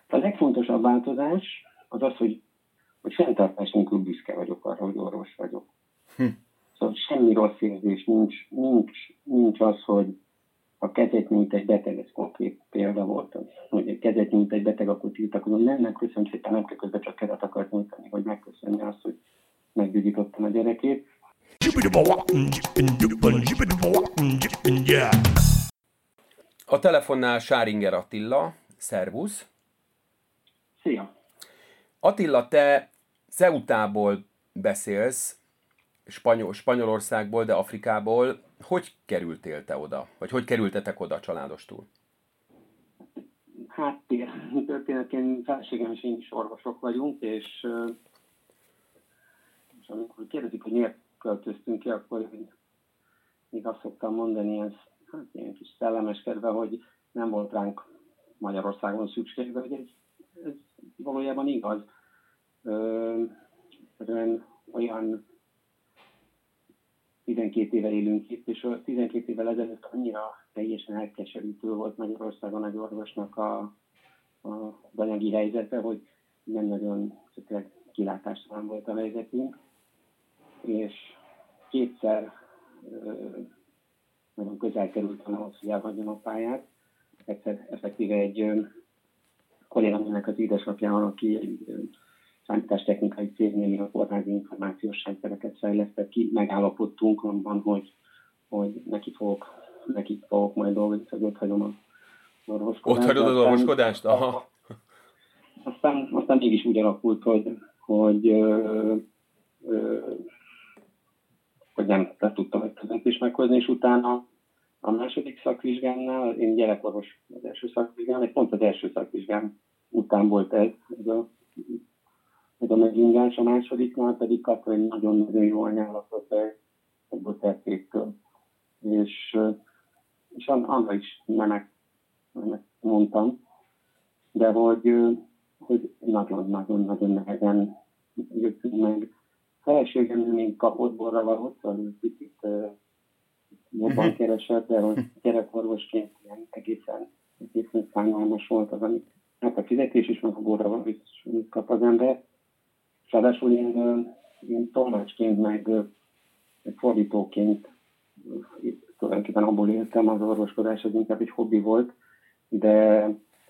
A legfontosabb változás az az, hogy fenntartás nélkül büszke vagyok arra, hogy orvos vagyok. Szóval semmi rossz érzés nincs az, hogy ha kezet nyújt egy beteg, ez konkrét példa volt, hogy egy kezet nyújt egy beteg, akkor tiltakozom, nem köszönöm szépen, nem kell közben csak kezet akart nyújtani, hogy megköszönni azt, hogy meggyógyítottam a gyerekét. A telefonnál Sáringer Attila, szervusz! Szia! Attila, te Ceutából beszélsz, Spanyolországból, de Afrikából. Hogy kerültél te oda? Vagy hogy kerültetek oda családostul? Hát történetként feleségem és én is orvosok vagyunk, és amikor kérdezik, hogy miért költöztünk ki, akkor még azt szoktam mondani, ez ilyen kis szellemeskedve, hogy nem volt ránk Magyarországon szükség, de hogy ez valójában igaz. Olyan 12 éve élünk itt, és 12 évvel ezelőtt annyira teljesen elkeserítő volt Magyarországon egy orvosnak az anyagi helyzete, hogy nem nagyon kilátástalan volt a helyzetünk, és kétszer nagyon közel kerültem ahhoz, hogy elhagyjam a pályát. Egyszer effektíve egy kollégámnak az édesapjával, aki egy számítástechnikai cégnél a kórházi információs rendszereket fejlesztett ki, megállapodtunk abban, hogy neki fogok majd dolgozni, hogy ott hagyom az orvoskodást. Ott hagyod az orvoskodást? Aha. Aztán mégis úgy alakult, hogy nem tudtam egy közöntést meghozni, és utána a második szakvizsgámnál, én gyerekorvos az első szakvizsgám, pont az első szakvizsgám után volt ez a megingás, a másodiknál pedig kapta egy nagyon-nagyon jó ajánlatot egy botercégtől. És arra is nemet mondtam, de hogy nagyon-nagyon nehezen jöttünk meg. Feleségem még kapott borra valót, szóval picit jobban keresett, de hogy gyerekorvosként ilyen egészen szánalmas volt az, amit hát a fizetés is, meg a borra való is kap az ember. És ráadásul én tolmácsként, meg fordítóként tulajdonképpen abból éltem, az orvoskodás az inkább egy hobbi volt, de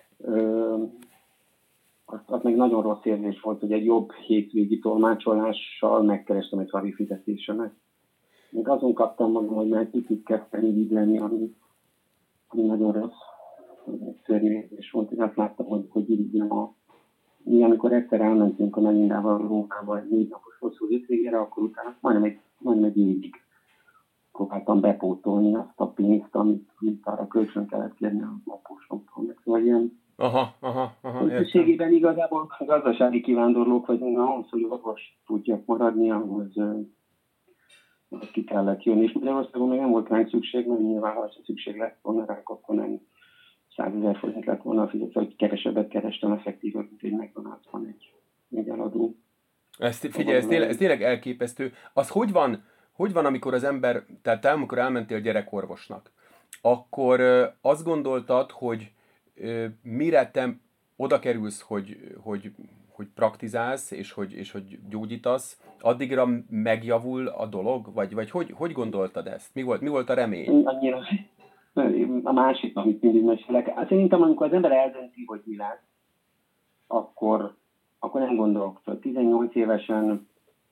az meg nagyon rossz érzés volt, hogy egy jobb hétvégi tolmácsolással megkerestem egy havi fizetésemet. Még azon kaptam magam, hogy már picit kezdtem így lenni, ami nagyon rossz, egy szörnyű érzés volt, hogy azt láttam, hogy így mi amikor egyszer elmentünk a Melindával Rómába egy 4 napos hosszú hétvégére, akkor utána majdnem egy évig próbáltam bepótolni azt a pénzt, amit arra kölcsön kellett kérni a laposomtól. Szóval ilyen összességében igazából gazdasági kivándorlók vagyunk, ahhoz, hogy orvos tudjak maradni, ahhoz ki kellett jönni. És Magyarországon még nem volt ránk szükség, mert nyilván, ha szükség lett volna ránk, akkor nem 100 000 forint lett volna a fizető, hogy kevesebbet kerestem effektíven, mint egy McDonald's-ban egy eladó. Figyelj, ez tényleg elképesztő. Az hogy van, amikor az ember, tehát te amikor elmentél gyerekorvosnak, akkor azt gondoltad, hogy mire te oda kerülsz, hogy praktizálsz, és hogy gyógyítasz, addigra megjavul a dolog? Vagy hogy gondoltad ezt? Mi volt a remény? Annyira a másik, amit mindig mesélek. Szerintem, amikor az ember eldönti, hogy mi lesz, akkor nem gondolok. 18 évesen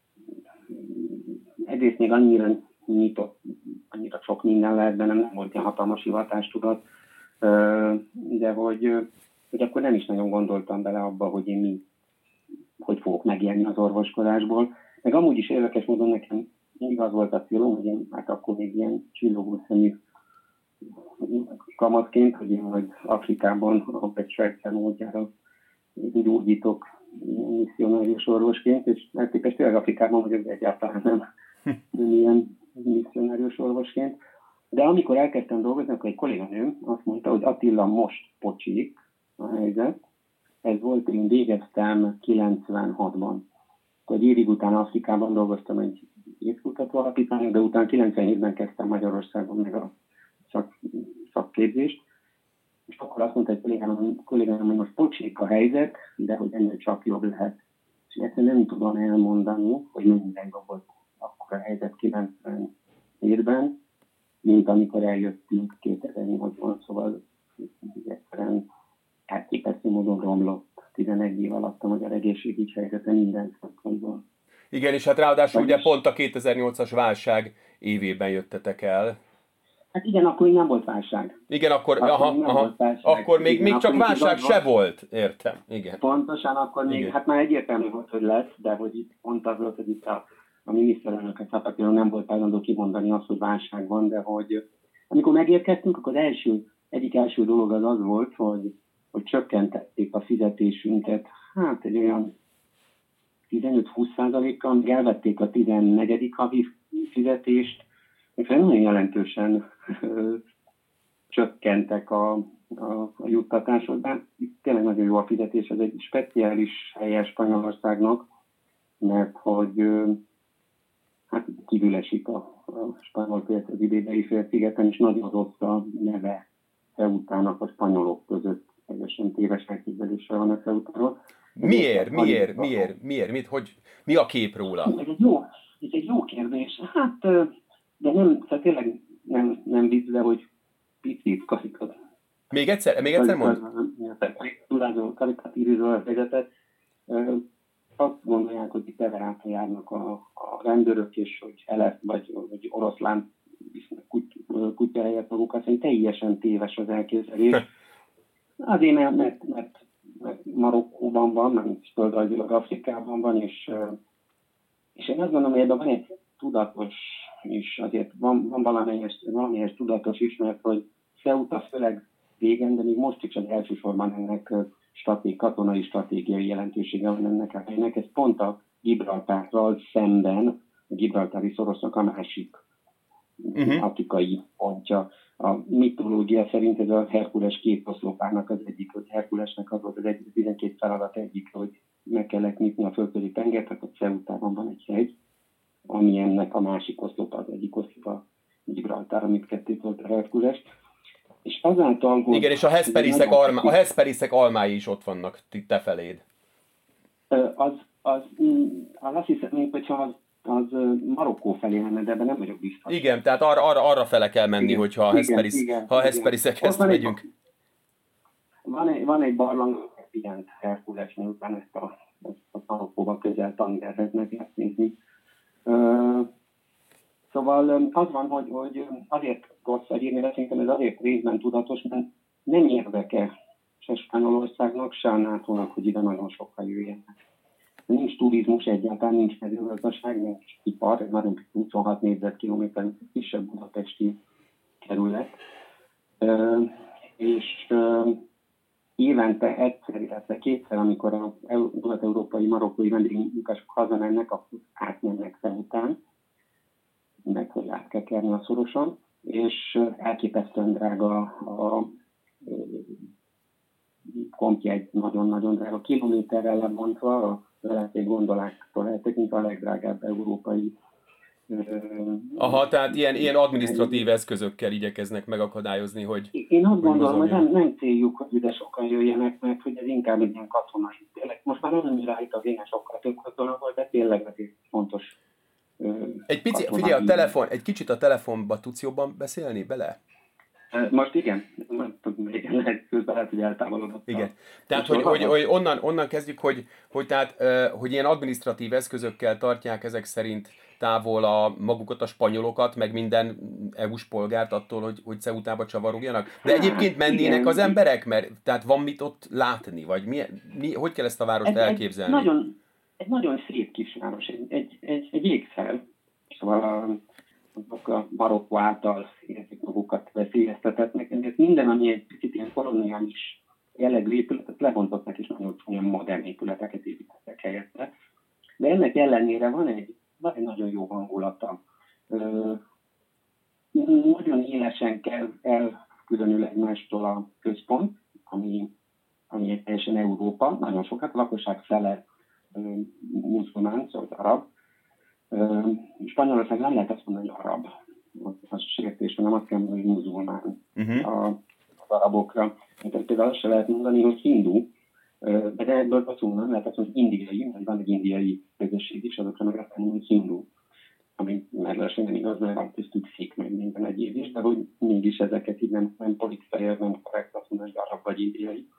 egyrészt még annyira nyitott, annyira sok minden lehet, de nem volt ilyen hatalmas hivatástudat, de hogy akkor nem is nagyon gondoltam bele abba, hogy én hogy fogok megélni az orvoskodásból. Meg amúgy is érdekes módon nekem igaz volt a célom, hogy én hát akkor még ilyen csillogó szemű kamatként, hogy én majd Afrikában, ahol egy Svájcán módjára gyógyítok misszionárius orvosként, és elképes tényleg Afrikában vagyok, de egyáltalán nem ilyen misszionárius orvosként. De amikor elkezdtem dolgozni, akkor egy kolléganőm azt mondta, hogy Attila, most pocsik a helyzet. Ez volt, én végeztem 96-ban. Egy évig után Afrikában dolgoztam egy évkutató alapítványon, de utána 97-ben kezdtem Magyarországon meg a szakképzést. És akkor azt mondta egy kollégám, hogy most pocsik a helyzet, de hogy ennél csak jobb lehet. És egyszerűen nem tudom elmondani, hogy mennyire jobb volt akkor a helyzet 97-ben, mint amikor eljöttünk 2008-ban, szóval egyszerűen elképesztő módon romlott 11 év alatt a magyar egészségügy helyzete minden szempontból. Igen, és hát ráadásul ugye pont a 2008-as válság évében jöttetek el. Hát igen, akkor még nem volt válság. Igen, akkor válság. Akkor még csak akkor válság se volt, értem. Igen. Pontosan, akkor még, igen. Hát már egyértelmű volt, hogy lesz, de hogy itt pont az volt, hogy itt a miniszterelnöket Szapatero nem volt hajlandó kimondani azt, hogy válság van, de hogy amikor megérkeztünk, akkor az egyik első dolog az volt, hogy csökkentették a fizetésünket, hát egy olyan 15-20%-kal, még elvették a 14. havi fizetést, és nagyon jelentősen csökkentek a juttatások, de itt tényleg nagyon jó a fizetés, ez egy speciális helye Spanyolországnak, mert hogy hát kívül esik a spanyol félsz az Ibériai félszigeten, és nagyon rossz a neve Ceutának a spanyolok között. Teljesen téves elképzelésre van a Ceutáról. Miért? Mi a kép róla? Ez egy jó kérdés. Hát, de nem, tehát tényleg nem vicc, de hogy picit kaszikat. Még egyszer mond? Karikatírozó a helyzetet. Azt gondolják, hogy itt everátra járnak a rendőrök, és hogy elef vagy oroszlán kutya helyett magukat, szerintem teljesen téves az elképzelés. Azért, mert Marokkóban van, mert földrajzilag Afrikában van, és én azt gondolom, hogy ebben van egy tudatos is, azért van valamelyes tudatos is, mert hogy Ceuta főleg régen, de még most is az elsősorban ennek katonai stratégiai jelentősége van ennek a helynek. Ez pont a Gibraltárral szemben, a Gibraltári szorosnak a másik afrikai pontja. A mitológia szerint ez a Herkules két oszlopának az egyik, hogy Herkulesnek az volt az 12 feladat egyik, hogy meg kellett nyitni a földközi tengert, tehát a Ceutában van egy hegy, ami ennek a másik oszlopa, az egyik oszlop a Gibraltár, amit ketté volt a Herkules. És azáltal, hogy... Igen, és a Hesperiszek almái is ott vannak te feléd. Azt hiszem, hogyha az Marokkó felé lenne, de ebben nem vagyok biztos. Igen, tehát arra fele kell menni, igen, hogyha a Hesperiszekhez megyünk. Van egy barlang, igen, Herkules, miután ezt a Marokkóban közel Tangerhez meg lehet nézni. Szóval az van, hogy azért rossz írni, de szerintem ez azért részben tudatos, mert nem érdeke se Spanyolországnak, se a NATO-nak, hogy ide nagyon sokan jöjjenek. Nincs turizmus egyáltalán, nincs mezőgazdaság, nincs ipar, ez nagyon 26 négyzetkilométer kisebb budapesti kerület. És évente egyszer, illetve kétszer, amikor a nyugat-európai marokkói vendégmunkások hazamennek, akkor átmennek Ceután, meg hogy át kell kerni a Szoroson, és elképesztően drága a kompjegy, nagyon-nagyon drága. Kilométerrel lebontva a veleték gondoláktól eltekintve a legdrágább európai. Aha, tehát ilyen adminisztratív eszközökkel igyekeznek megakadályozni, hogy... Én azt gondolom, hogy nem céljuk, hogy ide sokan jöjjenek, mert hogy ez inkább egy ilyen katonai. Tényleg, most már nem rájuk a végén sokkal több katona volt, de tényleg azért fontos. Egy pici, figyelj, egy kicsit a telefonba tudsz jobban beszélni bele? Most igen, lehet, hogy eltávolodott. Igen. Tehát, hogy onnan kezdjük, hogy ilyen adminisztratív eszközökkel tartják ezek szerint távol magukat a spanyolokat, hogy minden EU-s polgárt attól, hogy Ceutába csavarogjanak. De egyébként mennének az emberek, mert tehát van mit ott látni, vagy hogy kell ezt a várost elképzelni? Egy nagyon szép kisváros, egy égszel. Szóval a Marokkó által érzik magukat veszélyeztetetnek. Ez minden, ami egy picit ilyen koloniális jellegű épületet lebontottak, és nagyon csúnya modern épületeket építettek helyette. De ennek ellenére van egy nagyon jó hangulata. Nagyon élesen kell elkülönül egymástól a központ, ami egy teljesen Európa, nagyon sokat, a lakosság fele muszlimán, szóval arab. Spanyolország nem lehet azt mondani, hogy arab. Az sértés, hanem azt kell mondani, hogy muzulmán. arabokra. Tehát például azt se lehet mondani, hogy hindu, de ebből nem lehet azt mondani, hogy indiai, vagy van egy indiai közösség is, azokra meg azt mondani, hogy hindu. Ami mellesleg nem igaz, mert van köztük szik, meg minden egyéb is, de hogy mégis ezeket így nem politikai, nem korrekt azt mondani, hogy arab vagy indiai.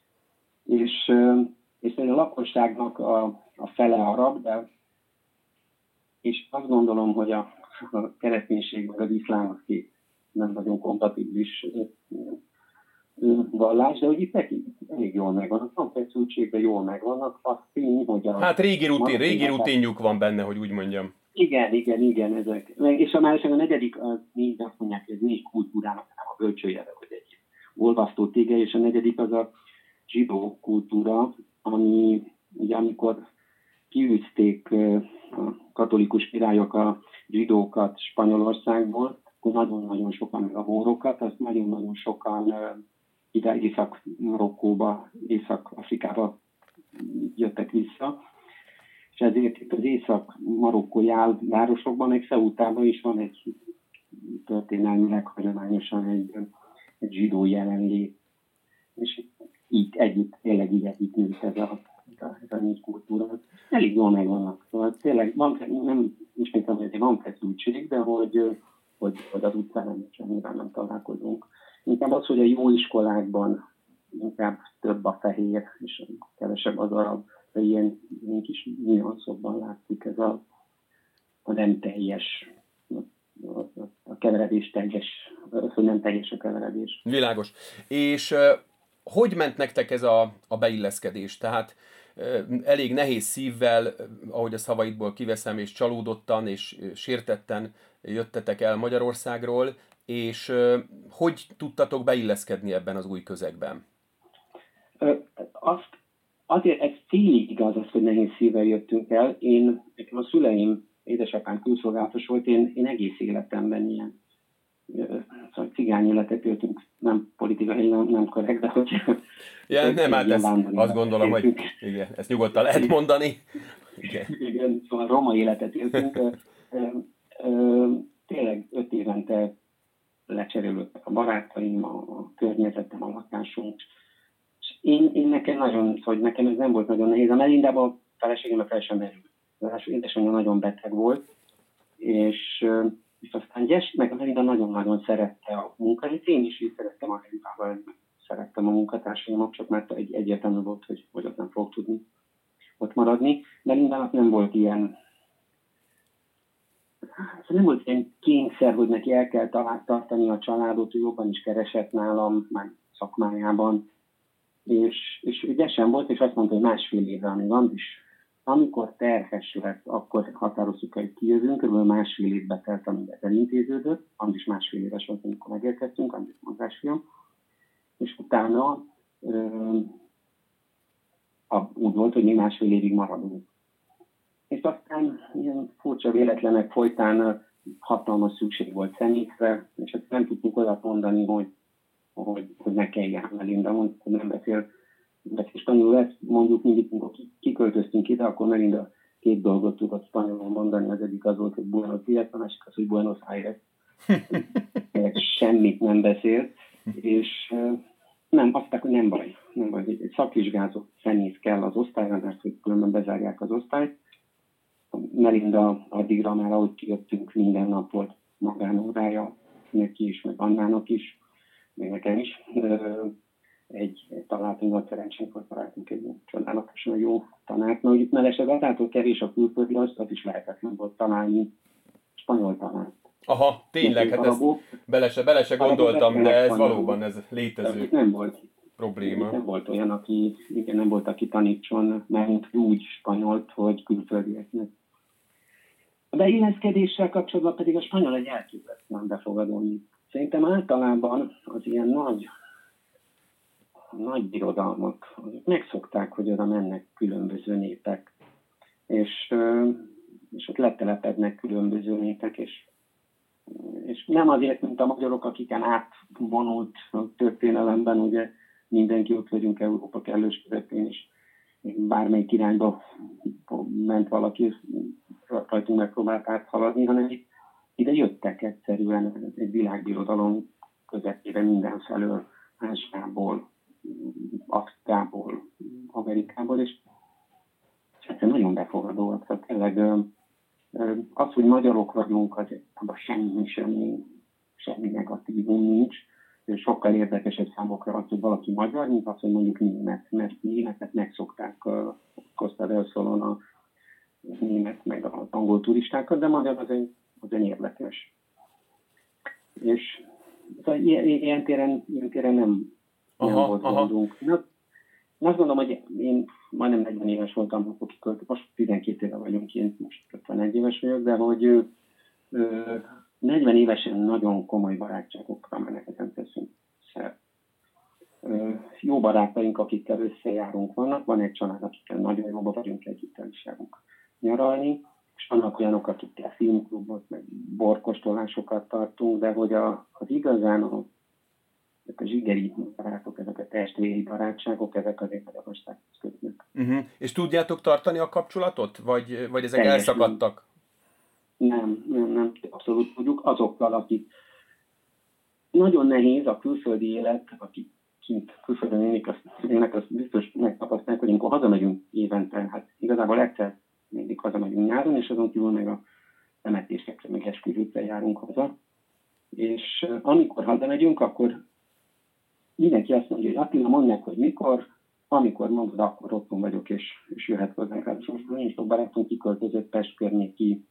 És a lakosságnak a fele arab, de és azt gondolom, hogy a kereszténység meg az iszlám nem nagyon kompatibilis vallás, de hogy itt neki elég jól megvannak, van feszültségben jól megvannak, az tény, hogy Hát régi rutinjuk van benne, hogy úgy mondjam. Igen, ezek. És a másik, a negyedik, az így azt mondják, hogy ez nincs kultúrának, hanem a bölcsőjele, hogy egy olvasztó tége, és a negyedik az a zsidó kultúra, ami ugye amikor kiűzték a katolikus királyok a zsidókat Spanyolországból, akkor nagyon-nagyon sokan, meg a mórokat, azt nagyon-nagyon sokan ide Észak-Marokkóba, Észak-Afrikába jöttek vissza. És ezért itt az észak-marokkói városokban, meg Ceutában is van egy történelmileg hagyományosan egy zsidó jelenlét. És így együtt, tényleg így együtt nőtt ez a négy kultúra. Elég jól megvannak. Szóval tényleg nem ismétlem, hogy van feszültség, de hogy az utcán semmivel nem találkozunk. Inkább az, hogy a jó iskolákban inkább több a fehér, és kevesebb az arab, de ilyen kis nüanszokban látszik ez a nem teljes, a keveredés teljes, hogy nem teljes a keveredés. Világos. És hogy ment nektek ez a beilleszkedés? Tehát elég nehéz szívvel, ahogy a szavaidból kiveszem, és csalódottan, és sértetten jöttetek el Magyarországról, és hogy tudtatok beilleszkedni ebben az új közegben? Azért ez félig igaz az, hogy nehéz szívvel jöttünk el. Nekem a szüleim, édesapám külszolgálatos volt, én egész életemben ilyen szóval cigány életet éltünk, nem politikai, nem korrekt, de hogy... Ja, nem, hát azt gondolom, hogy igen, ezt nyugodtan lehet mondani. Igen, szóval roma életet éltünk. Tényleg 5 évente lecserélődtek a barátaim, a környezetem, a lakásunk. És én nekem ez nem volt nagyon nehéz. A Melindában a feleségem fel sem merült. Az édesanyja nagyon beteg volt, és aztán meg a Melinda nagyon-nagyon szerette a munkát. Én is így szerettem a Melindával, szerettem a munkatársaimat, csak mert egyértelmű volt, hogy ott nem fog tudni ott maradni. Melindának nem volt ilyen kényszer, hogy neki el kell tartani a családot, ő jobban is keresett nálam, már szakmájában, és ugye sem volt, és azt mondta, hogy 1,5 évre, amíg Andris, amikor terhes lett, akkor határoztuk, hogy kijövünk, kb. 1,5 évbe telt, amíg ez elintéződött, Andris 1,5 éves volt, amikor megérkeztünk, Andris magásfiam, és utána úgy volt, hogy mi 1,5 évig maradunk. És aztán ilyen furcsa véletlenek folytán hatalmas szükség volt személyre, és ezt nem tudtunk olyat mondani, hogy ne kelljen Melinda, mondjuk, hogy nem beszél spanyolul, ezt mondjuk mindig, amikor kiköltöztünk ide, akkor Melinda 2 dolgot tudott spanyolul mondani, az egyik az volt, hogy Buenos Días, a másik az, hogy Buenos Aires. Semmit nem beszélt, és nem, azt mondták, hogy nem baj, egy szakvizsgázott szemész kell az osztályra, mert hogy különben bezárják az osztályt. Melinda addigra már, ahogy kijöttünk, minden nap volt magánórája, neki is, meg Annának is, meg nekem is. Találtunk nagy szerencsénk, hogy találtunk egy csodálatosan jó tanárt. Na, hogy itt mellesleg azáltal kevés a külföldi, azt is lehetetlen volt találni spanyol tanárt. Aha, tényleg, hát ezt bele se gondoltam, de ez valóban ez létező probléma. Nem volt olyan, aki tanítson, mert úgy spanyolt, hogy külföldieknek. A beilleszkedéssel kapcsolatban pedig a spanyol egy elképesztően befogadó. Szerintem általában az ilyen nagy birodalmak megszokták, hogy oda mennek különböző népek, és ott letelepednek különböző népek, és nem azért, mint a magyarok, akiken átvonult a történelemben, ugye mindenki ott vagyunk Európa kellős közepén, és bármelyik irányba ment valaki, rajtunk megpróbált áthaladni, hanem ide jöttek egyszerűen egy világbirodalom közepére mindenfelől Ázsiából, Afrikából, Amerikából, és egyszerűen nagyon befogadóak. Tehát tényleg az, hogy magyarok vagyunk, az abban semmi negatívum nincs. Sokkal érdekesebb számokra az, hogy valaki magyar, mint az, hogy mondjuk német, mert németet megszokták a Costa del Solon a német meg az angol turistákat, de magyar az egy érdekes. És ilyen téren nem volt gondunk. Én azt gondolom, hogy én majdnem 40 éves voltam, amikor kiköltök, most 12 éve vagyunk, én most 51 éves vagyok, de hogy 40 évesen nagyon komoly barátságokra meneketen teszünk szert. Jó barátaink, akikkel összejárunk van egy család, akikkel nagyon jobban vagyunk, együtt el is járunk nyaralni, és vannak olyanok, akikkel filmklubot, meg borkóstolásokat tartunk, de hogy az igazán a zsigeri barátok, ezek a testvéri barátságok, ezek azért Magyarországhoz kötnek. És tudjátok tartani a kapcsolatot? Vagy ezek elszakadtak? Nem, abszolút tudjuk. Azokkal, akik nagyon nehéz a külföldi élet, akik kint külföldön élnek, azt biztos megtapasztalják, hogy amikor hazamegyünk évente, hát igazából egyszer mindig hazamegyünk nyáron, és azon kívül meg a temetésekre, meg esküvőkre járunk haza. És amikor hazamegyünk, akkor mindenki azt mondja, hogy Attila, mondd meg, hogy mikor, amikor mondod, akkor otthon vagyok, és jöhet hozzánk. Hát most nincs sok barátunk kiköltözött Pest környéki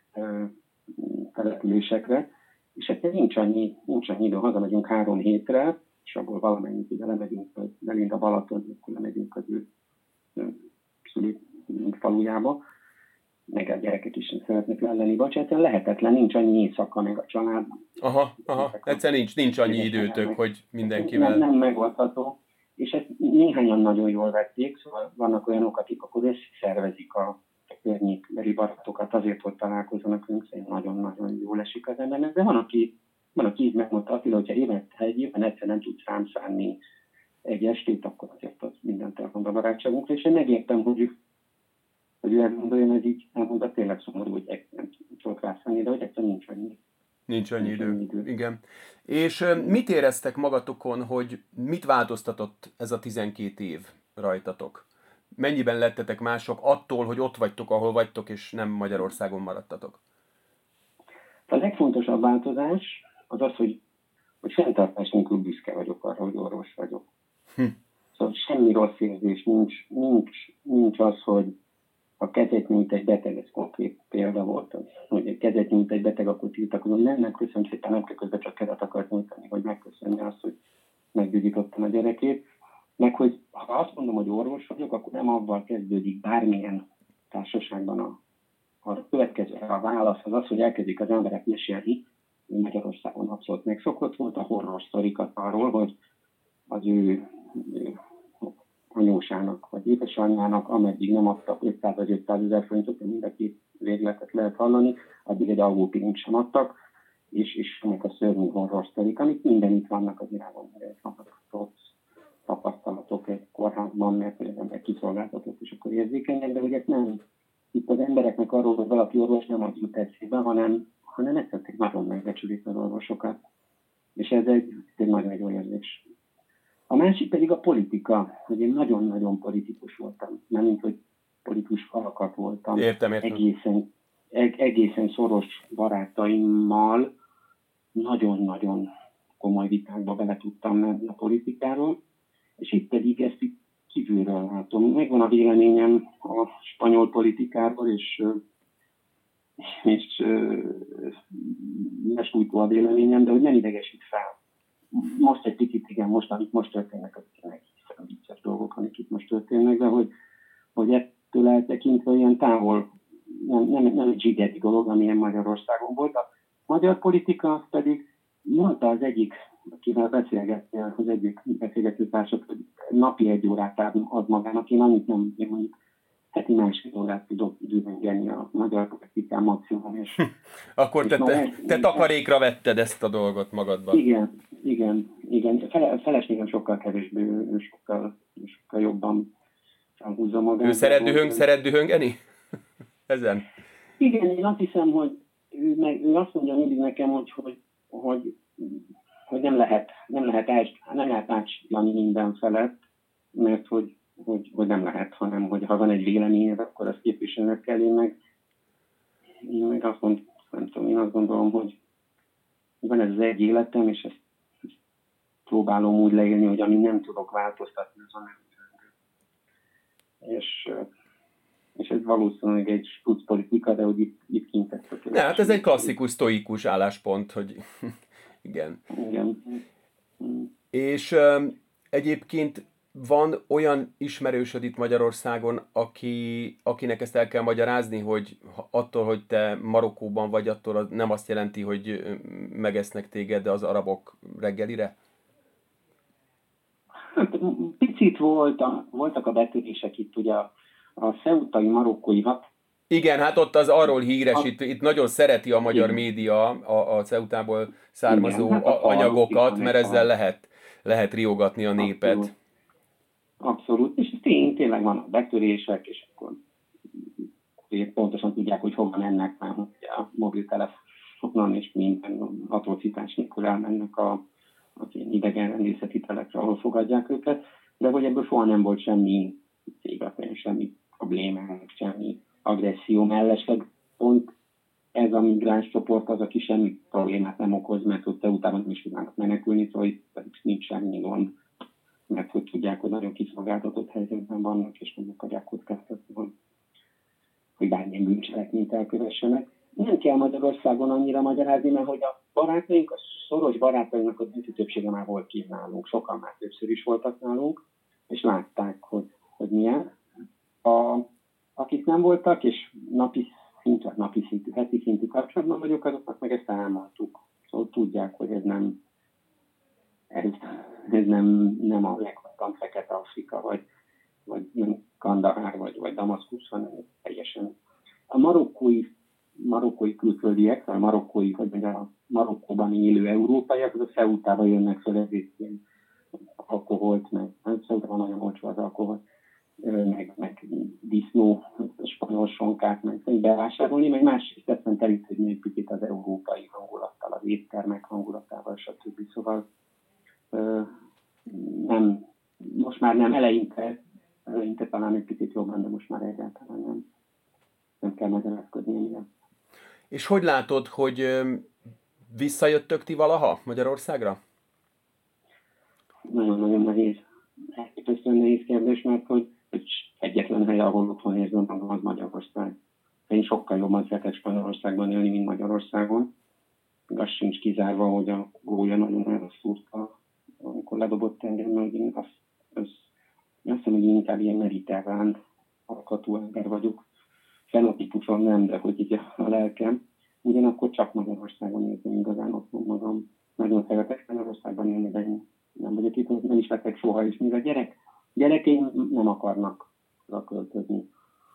településekre, és hát nincs annyi idő, hazamegyünk 3 hétre, és abból valamennyit ide lemegyünk, vagy elint a Balaton, akkor lemegyünk az ő szülő falujába, meg a gyerekek is szeretnek lenni, bocsánat, lehetetlen, nincs annyi éjszaka meg a család. Egyszerűen nincs annyi időtök, hogy mindenkivel... Nem megoldható, és ezt néhányan nagyon jól vették, szóval vannak olyanok, akik akkor összeszervezik a környékbeli barátokat azért, hogy találkozzanak velünk, szerintem nagyon-nagyon jól esik az embernek, de van, aki így megmondta, Attila, hogyha egy évben egyszer nem tudsz rám szánni egy estét, akkor azért az mindent elmond a barátságunkra, és én megértem, hogy ő elmondja, ez így elmondta, tényleg szomorú, hogy nem tudok rászállni, de hogy egyszerűen nincs annyi idő. Igen. És mit éreztek magatokon, hogy mit változtatott ez a 12 év rajtatok? Mennyiben lettetek mások attól, hogy ott vagytok, ahol vagytok, és nem Magyarországon maradtatok? A legfontosabb változás az, hogy fenntartás nélkül büszke vagyok arra, hogy orvos vagyok. Szóval semmi rossz érzés nincs az, hogy a kezet nyújt egy beteg, ez konkrét példa volt, hogy egy kezet nyújt egy beteg, akkor tiltakozom, nem köszönöm szépen, nem kell közben csak kezet akart nyújtani, hogy megköszönni azt, hogy meggyógyítottam a gyerekét. Meg, hogy ha azt mondom, hogy orvos vagyok, akkor nem avval kezdődik bármilyen társaságban a következő a válasz az, hogy elkezdik az emberek mesélni, hogy Magyarországon abszolút megszokott volt a horror sztorikat arról, hogy az ő anyósának vagy édesanyjának, ameddig nem adtak 500 vagy 500 000 forintot, mind a két végletet lehet hallani, addig egy alvópirint sem adtak, és ennek a szörnyű horror sztorik, amik mindenütt vannak az világon, vannak rossz tapasztalatok egy kórházban, mert az ember kiszolgáltatott, és akkor érzékenyek, de hogy ez nem itt az embereknek arról, hogy valaki orvos nem az jut eszébe, hanem egyszerűen nagyon megbecsülik az orvosokat. És ez egy nagyon jó érzés. A másik pedig a politika, hogy én nagyon-nagyon politikus voltam. Nem mint, hogy politikus alkat voltam. Értem. Egészen szoros barátaimmal nagyon-nagyon komoly vitákba bele tudtam menni a politikáról, és itt pedig ezt itt kívülről látom. Megvan a véleményem a spanyol politikáról, és lesújtó a véleményem, de hogy nem idegesít fel. Most egy picit, igen, amik most történnek, azok tényleg vicces dolgok, amik itt most történnek, de hogy ettől eltekintve ilyen távol, nem egy zsigeri dolog, amilyen Magyarországon volt. A magyar politika az pedig mondta az egyik, akivel beszélgettél, az egyik beszélgető társat, hogy napi 1 órát ad magának, én annyit nem, én mondjuk heti 1,5 órát tudok időben a magyar politikán maximum. És, akkor te takarékra vetted ezt a dolgot magadba. Igen. Feleségem sokkal kevésbé, ő sokkal jobban húzza magát. Ő szeret dühöngeni? Ezen? Igen, én azt hiszem, hogy ő azt mondja mindig nekem, hogy hogy nem lehet átsilani minden felett, mert hogy nem lehet, hanem hogy ha van egy véleményed, akkor azt képviselned kell. Én meg én azt gondolom, hogy van ez az egy életem, és ezt próbálom úgy leélni, hogy amin nem tudok változtatni, az a nem. És ez valószínűleg egy politika, de hogy itt kintettek. Hát ez egy klasszikus sztoikus álláspont, hogy igen. Igen. És egyébként van olyan ismerősöd itt Magyarországon, akinek ezt el kell magyarázni, hogy attól, hogy te Marokkóban vagy, attól nem azt jelenti, hogy megesznek téged az arabok reggelire? Hát, picit voltak a betörések itt, ugye a ceutai marokkói Igen, hát ott az arról híres, itt nagyon szereti a magyar média a Ceutából származó anyagokat, mert ezzel lehet riogatni a népet. Abszolút. És tényleg vannak betörések, és akkor pontosan tudják, hogy hova mennek, már a mobiltelefonon és minden atrocitás nélkül elmennek az ilyen idegenrendészeti telekre, ahol fogadják őket, de hogy ebből soha nem volt semmi probléma, semmi agresszió, mellesleg pont ez a migráns csoport az, aki semmi problémát nem okoz, mert hogy Ceutában nem is tudnának menekülni, szóval nincs semmi gond, mert hogy tudják, hogy nagyon kiszolgáltatott helyzetben vannak, és nem akarják kockáztatni, hogy bármilyen bűncselekményt elkövessenek. Nem kell Magyarországon annyira magyarázni, mert hogy a barátaink, a szoros barátainknak a döntő többsége már volt kint nálunk, sokan már többször is voltak nálunk, és látták, hogy milyen. Akik nem voltak, és heti szintű kapcsolatban vagyok, azoknak meg ezt elmondtuk. Szóval tudják, hogy ez nem a leghattan Fekete-Afrika, vagy nem Kandahár, vagy Damaszkusz, hanem teljesen. A marokkói külföldiek, vagy a Marokkóban élő európaiak, azok Ceutába jönnek fel, ezért ilyen alkoholt, meg Ceutában nagyon olcsó az alkohol, meg disznó, spanyol sonkát, meg bevásárolni, meg másrészt tetszent elítődni egy picit az európai hangulattal, az éttermek hangulatával, stb. Szóval most már nem, eleinte talán egy picit jobban, de most már egyáltalán nem kell magyarázkodni emiatt. És hogy látod, hogy visszajöttök ti valaha Magyarországra? Nagyon-nagyon nehéz. Elképesztően nehéz kérdés, mert hogy egyetlen hely, ahol otthon érzem magam, az Magyarország. Én sokkal jobban szeretek Spanyolországban élni, mint Magyarországon. Az sincs kizárva, hogy a gólya nagyon elszúrta, amikor ledobott engem, mert én azt hiszem, hogy inkább ilyen mediterrán alkatú ember vagyok. Fenotípuson nem, de hogy így a lelkem. Ugyanakkor csak Magyarországon érzem igazán otthon magam. Nagyon szeretek Magyarországban élni, de én nem vagyok itt, nem is lettek soha is. Mivel gyerekeim nem akarnak költözni.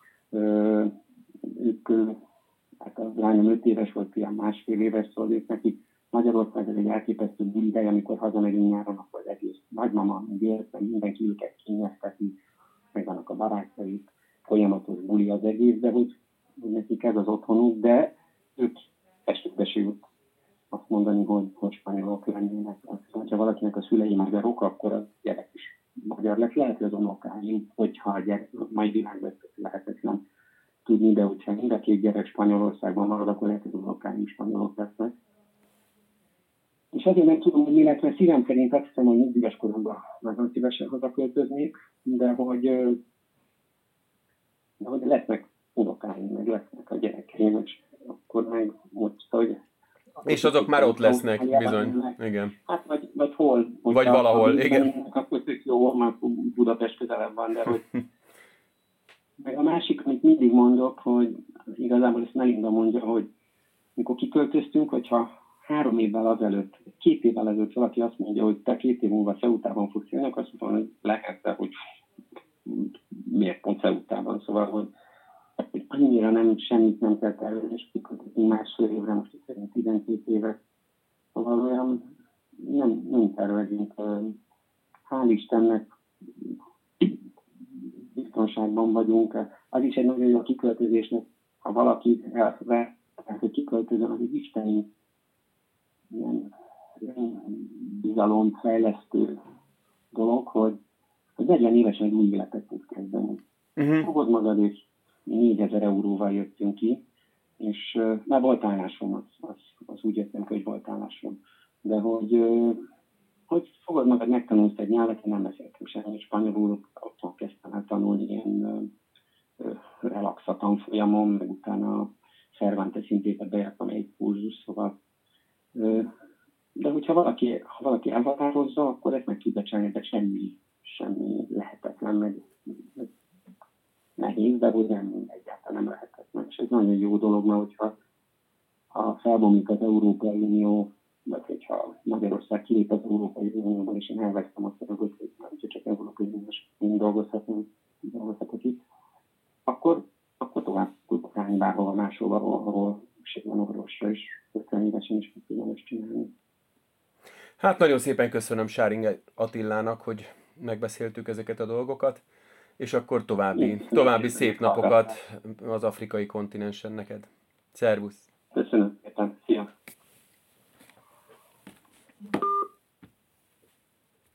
Hát a lányom 5 éves volt, ilyen 1,5 éves, szóval ők nekik Magyarország ez egy elképesztő buli hely, amikor hazamegyünk nyáron, akkor az egész nagymama, mindenki őket kényezteti, meg vannak a barátjaik, folyamatos buli az egész, de hogy nekik ez az otthonuk, de ők estükbe sült azt mondani, hogy spanyolok lennének. Ha valakinek a szülei magyarok, akkor a gyerek is magyar lesz. Lehet, hogy az unokáim, hogyha a gyerek, mai világban lehetetlen tudni, de hogyha mind a 2 gyerek Spanyolországban marad, akkor lehet, hogy az unokáim spanyolok lesznek. És azért nem tudom, hogy mi lett, mert szívem szerint azt hiszem, hogy nyugdíjas koromban nagyon szívesen hazaköltöznék, de hogy lesznek unokáim, meg lesznek a gyerekeim, és akkor meg most, hogy... És azok már ott lesznek, bizony. Igen. Hát vagy hol. Vagy valahol, igen. Akkor tök jó, már Budapest közelebb van, de hogy... Meg a másik, amit mindig mondok, hogy igazából ezt Melinda mondja, hogy mikor kiköltöztünk, hogyha 3 évvel azelőtt, 2 évvel ezelőtt valaki azt mondja, hogy te 2 év múlva Ceutában fogsz élni, akkor azt mondom, hogy lehet, de hogy miért pont Ceutában. Szóval, hogy annyira semmit nem kell tervezni, és kiköltözünk 1,5 évre, most itt szerint 12 évet. Szóval olyan nem tervezünk. Hál' Istennek biztonságban vagyunk. Az is egy nagyon jó kiköltözésnek, ha valaki elvett, hogy kiköltözön, az egy isteni ilyen bizalomfejlesztő dolog, hogy 40 évesen egy új életet tudsz kezdeni. Fogod magad, és 4000 euróval jöttünk ki, és már volt állásom, az úgy jöttem ki, hogy volt állásom. De hogy fogod magad, megtanulsz egy nyelvet, én nem beszéltem semmi spanyolul, otthon kezdtem el tanulni ilyen relaxa tanfolyamon, meg utána a Cervantes intézetbe bejártam egy kurzus, szóval de hogyha valaki elhatározza, akkor ezt meg tudja csinálni, de semmi lehetetlen, meg nehéz, de hogy nem egyáltalán nem lehetetlen. És ez nagyon jó dolog, mert hogyha felbomlik az Európai Unió, vagy hogyha Magyarország kilép az Európai Unióban, és én elvesztem azt a dolgot, hogy csak Európai Uniós dolgozhatok itt, akkor tovább tudok állni bárhol máshol, ahol szükség van orvosra, és 50 évesen is meg tudom ezt csinálni. Hát nagyon szépen köszönöm Sáring Attilának, hogy megbeszéltük ezeket a dolgokat, és akkor további szép napokat az afrikai kontinensen neked. Szervusz! Köszönöm!